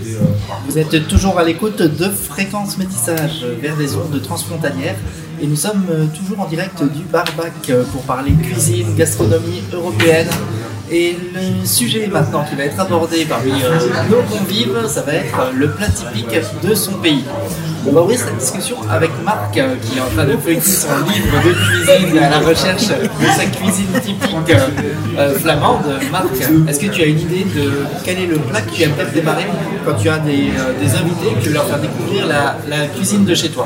Vous êtes toujours à l'écoute de Fréquence Métissage vers les ondes transfrontalières et nous sommes toujours en direct du Barbac pour parler cuisine, gastronomie européenne. Et le sujet maintenant qui va être abordé parmi nos convives, ça va être le plat typique de son pays. On va ouvrir cette discussion avec Marc qui est en train de feuilleter son livre de cuisine à la recherche de sa cuisine typique flamande. Marc, est-ce que tu as une idée de quel est le plat que tu aimerais démarrer quand tu as des invités et que tu veux leur faire découvrir la cuisine de chez toi?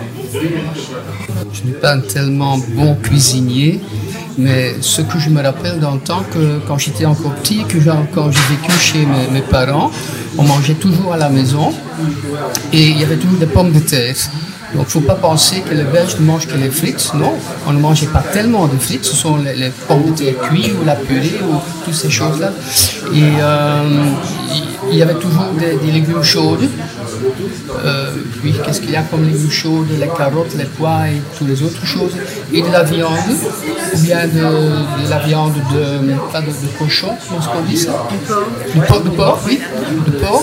Je n'ai pas un tellement bon cuisinier, mais ce que je me rappelle dans le temps, que quand j'étais encore petit, quand j'ai vécu chez mes parents, on mangeait toujours à la maison et il y avait toujours des pommes de terre. Donc il ne faut pas penser que les Belges ne mangent que les frites. Non, on ne mangeait pas tellement de frites. Ce sont les pommes de terre cuites ou la purée ou toutes ces choses-là. Et il y avait toujours des légumes chauds. Puis qu'est-ce qu'il y a comme légumes chauds? Les carottes, les pois et toutes les autres choses. Et de la viande, ou bien de la viande de cochon, comment est-ce qu'on dit ça? Du porc, oui. Du porc.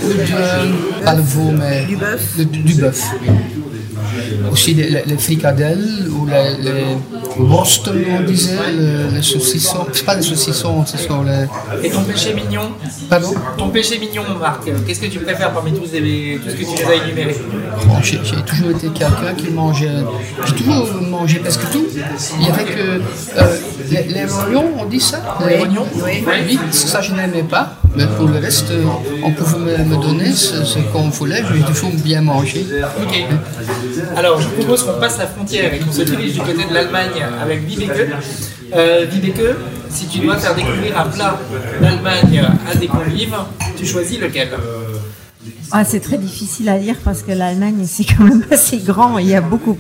Ou pas le veau, mais du bœuf. Aussi les fricadelles ou les worst, on disait, les saucissons. C'est pas les saucissons, ce sont les... Et ton péché mignon? Pardon? Ton péché mignon, Marc, qu'est-ce que tu préfères parmi tout ce que tu nous as énumérés? Bon, j'ai toujours été quelqu'un qui mangeait... J'ai toujours mangé presque tout. Il y avait que les rognons, on dit ça? Les rognons? Oui, ça je n'aimais pas. Mais pour le reste, on pouvait me donner ce qu'on voulait, il faut bien manger. Ok. Alors, je propose qu'on passe la frontière et qu'on se dirige du côté de l'Allemagne avec Vibeke. Vibeke, si tu dois faire découvrir un plat d'Allemagne à des convives, tu choisis lequel? C'est très difficile à dire parce que l'Allemagne, c'est quand même assez grand. Il y a beaucoup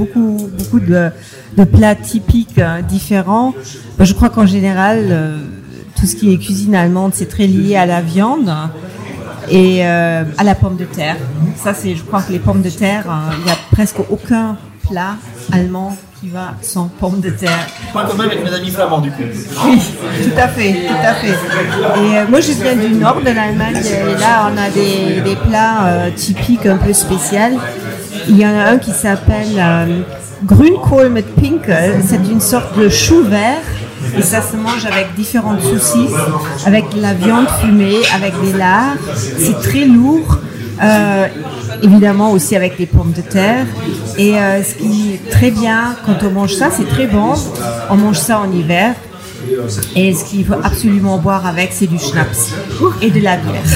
de plats typiques différents. Je crois qu'en général... tout ce qui est cuisine allemande, c'est très lié à la viande et à la pomme de terre. Ça, je crois que les pommes de terre, il n'y a presque aucun plat allemand qui va sans pommes de terre. Point commun avec mes amis flamands, du coup. Oui, tout à fait. Et moi, je viens du nord de l'Allemagne et là, on a des plats typiques un peu spéciaux. Il y en a un qui s'appelle Grünkohl mit Pinkel. C'est une sorte de chou vert. Et ça se mange avec différentes saucisses, avec de la viande fumée, avec des lards. C'est très lourd, évidemment aussi avec des pommes de terre. Et ce qui est très bien quand on mange ça, c'est très bon. On mange ça en hiver. Et ce qu'il faut absolument boire avec, c'est du schnapps et de la bière.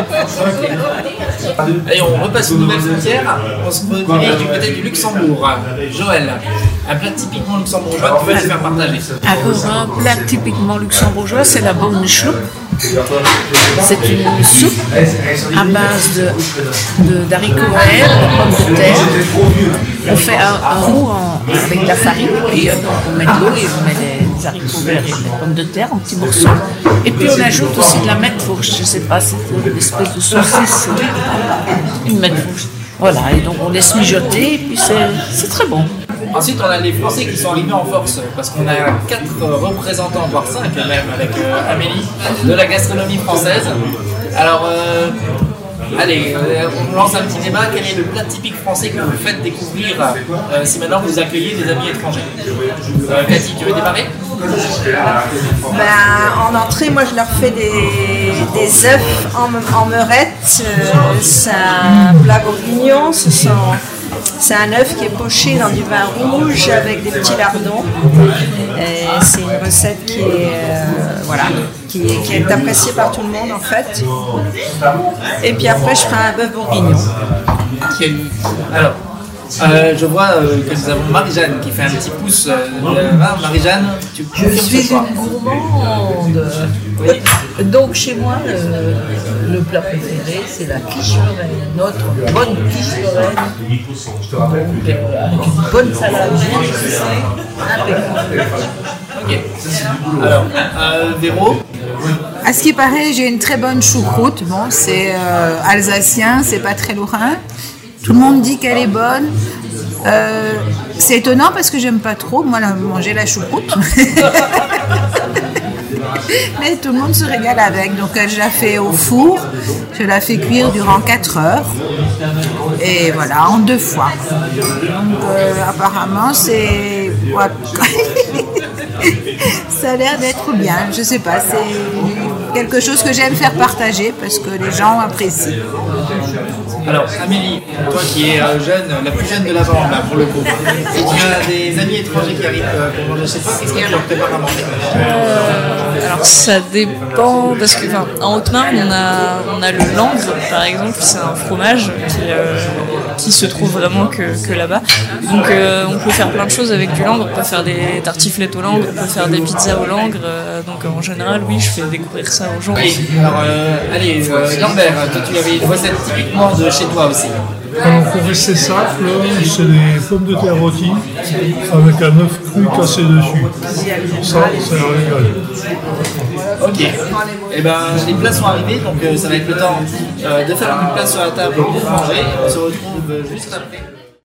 Allez, on repasse une nouvelle frontière. On se dirige du côté du Luxembourg. Joël, un plat typiquement luxembourgeois, tu peux le faire partager. Alors, un plat typiquement luxembourgeois, c'est la Bohnenschlup. C'est une soupe à base d'haricots verts, de pommes de terre. On fait un roux avec de la farine, puis on met de l'eau et on met des haricots verts et des pommes de terre en petits morceaux. Et puis on ajoute aussi de la metfourche, je ne sais pas, c'est une espèce de saucisse, une metfourche. Voilà, et donc on laisse mijoter et puis c'est très bon. Ensuite, on a les Français qui sont arrivés en force, parce qu'on a 4 représentants, voire 5 même, avec Amélie, de la gastronomie française. Alors, allez, on lance un petit débat. Quel est le plat typique français que vous faites découvrir si maintenant vous accueillez des amis étrangers? Cathy, tu veux démarrer? En entrée, moi je leur fais des œufs en meurette. C'est un plat bourguignon. C'est un œuf qui est poché dans du vin rouge avec des petits lardons. Et c'est une recette qui est appréciée par tout le monde en fait. Et puis après, je ferai un bœuf bourguignon. Alors, je vois que nous avons Marie-Jeanne qui fait un petit pouce. Marie-Jeanne, tu je suis une gourmande. Oui. Donc chez moi, le plat préféré, c'est la quiche lorraine, notre bonne quiche lorraine. Donc avec une bonne salade rouge, impeccable. Ok. Alors, Véro. À ce qui paraît, j'ai une très bonne choucroute. Bon, c'est alsacien, c'est pas très lorrain. Tout le monde dit qu'elle est bonne. C'est étonnant parce que j'aime pas trop, moi, manger la choucroute. Mais tout le monde se régale avec. Donc je la fais au four, je la fais cuire durant 4 heures. Et voilà, en 2 fois. Donc apparemment c'est... Ça a l'air d'être bien, je sais pas, c'est quelque chose que j'aime faire partager parce que les gens apprécient. Alors Amélie, toi qui es jeune, la plus jeune de la bande là pour le coup, et tu as des amis étrangers qui arrivent pour manger chez toi, qu'est-ce que tu leur prépares à manger? Alors ça dépend parce que en Haute-Marne on a le langre par exemple, c'est un fromage qui se trouve vraiment que là-bas. Donc on peut faire plein de choses avec du langre, on peut faire des tartiflettes au langre, on peut faire des pizzas au langre. Donc en général oui, je fais découvrir ça aux gens. Oui, alors allez, Lambert, toi tu avais une recette typiquement de chez toi aussi. Alors pour rester simple, c'est des pommes de terre rôties avec un œuf cru cassé dessus. Ça régale. Ok, et ben les plats sont arrivés, donc ça va être le temps de faire une place sur la table pour manger. On se retrouve juste après.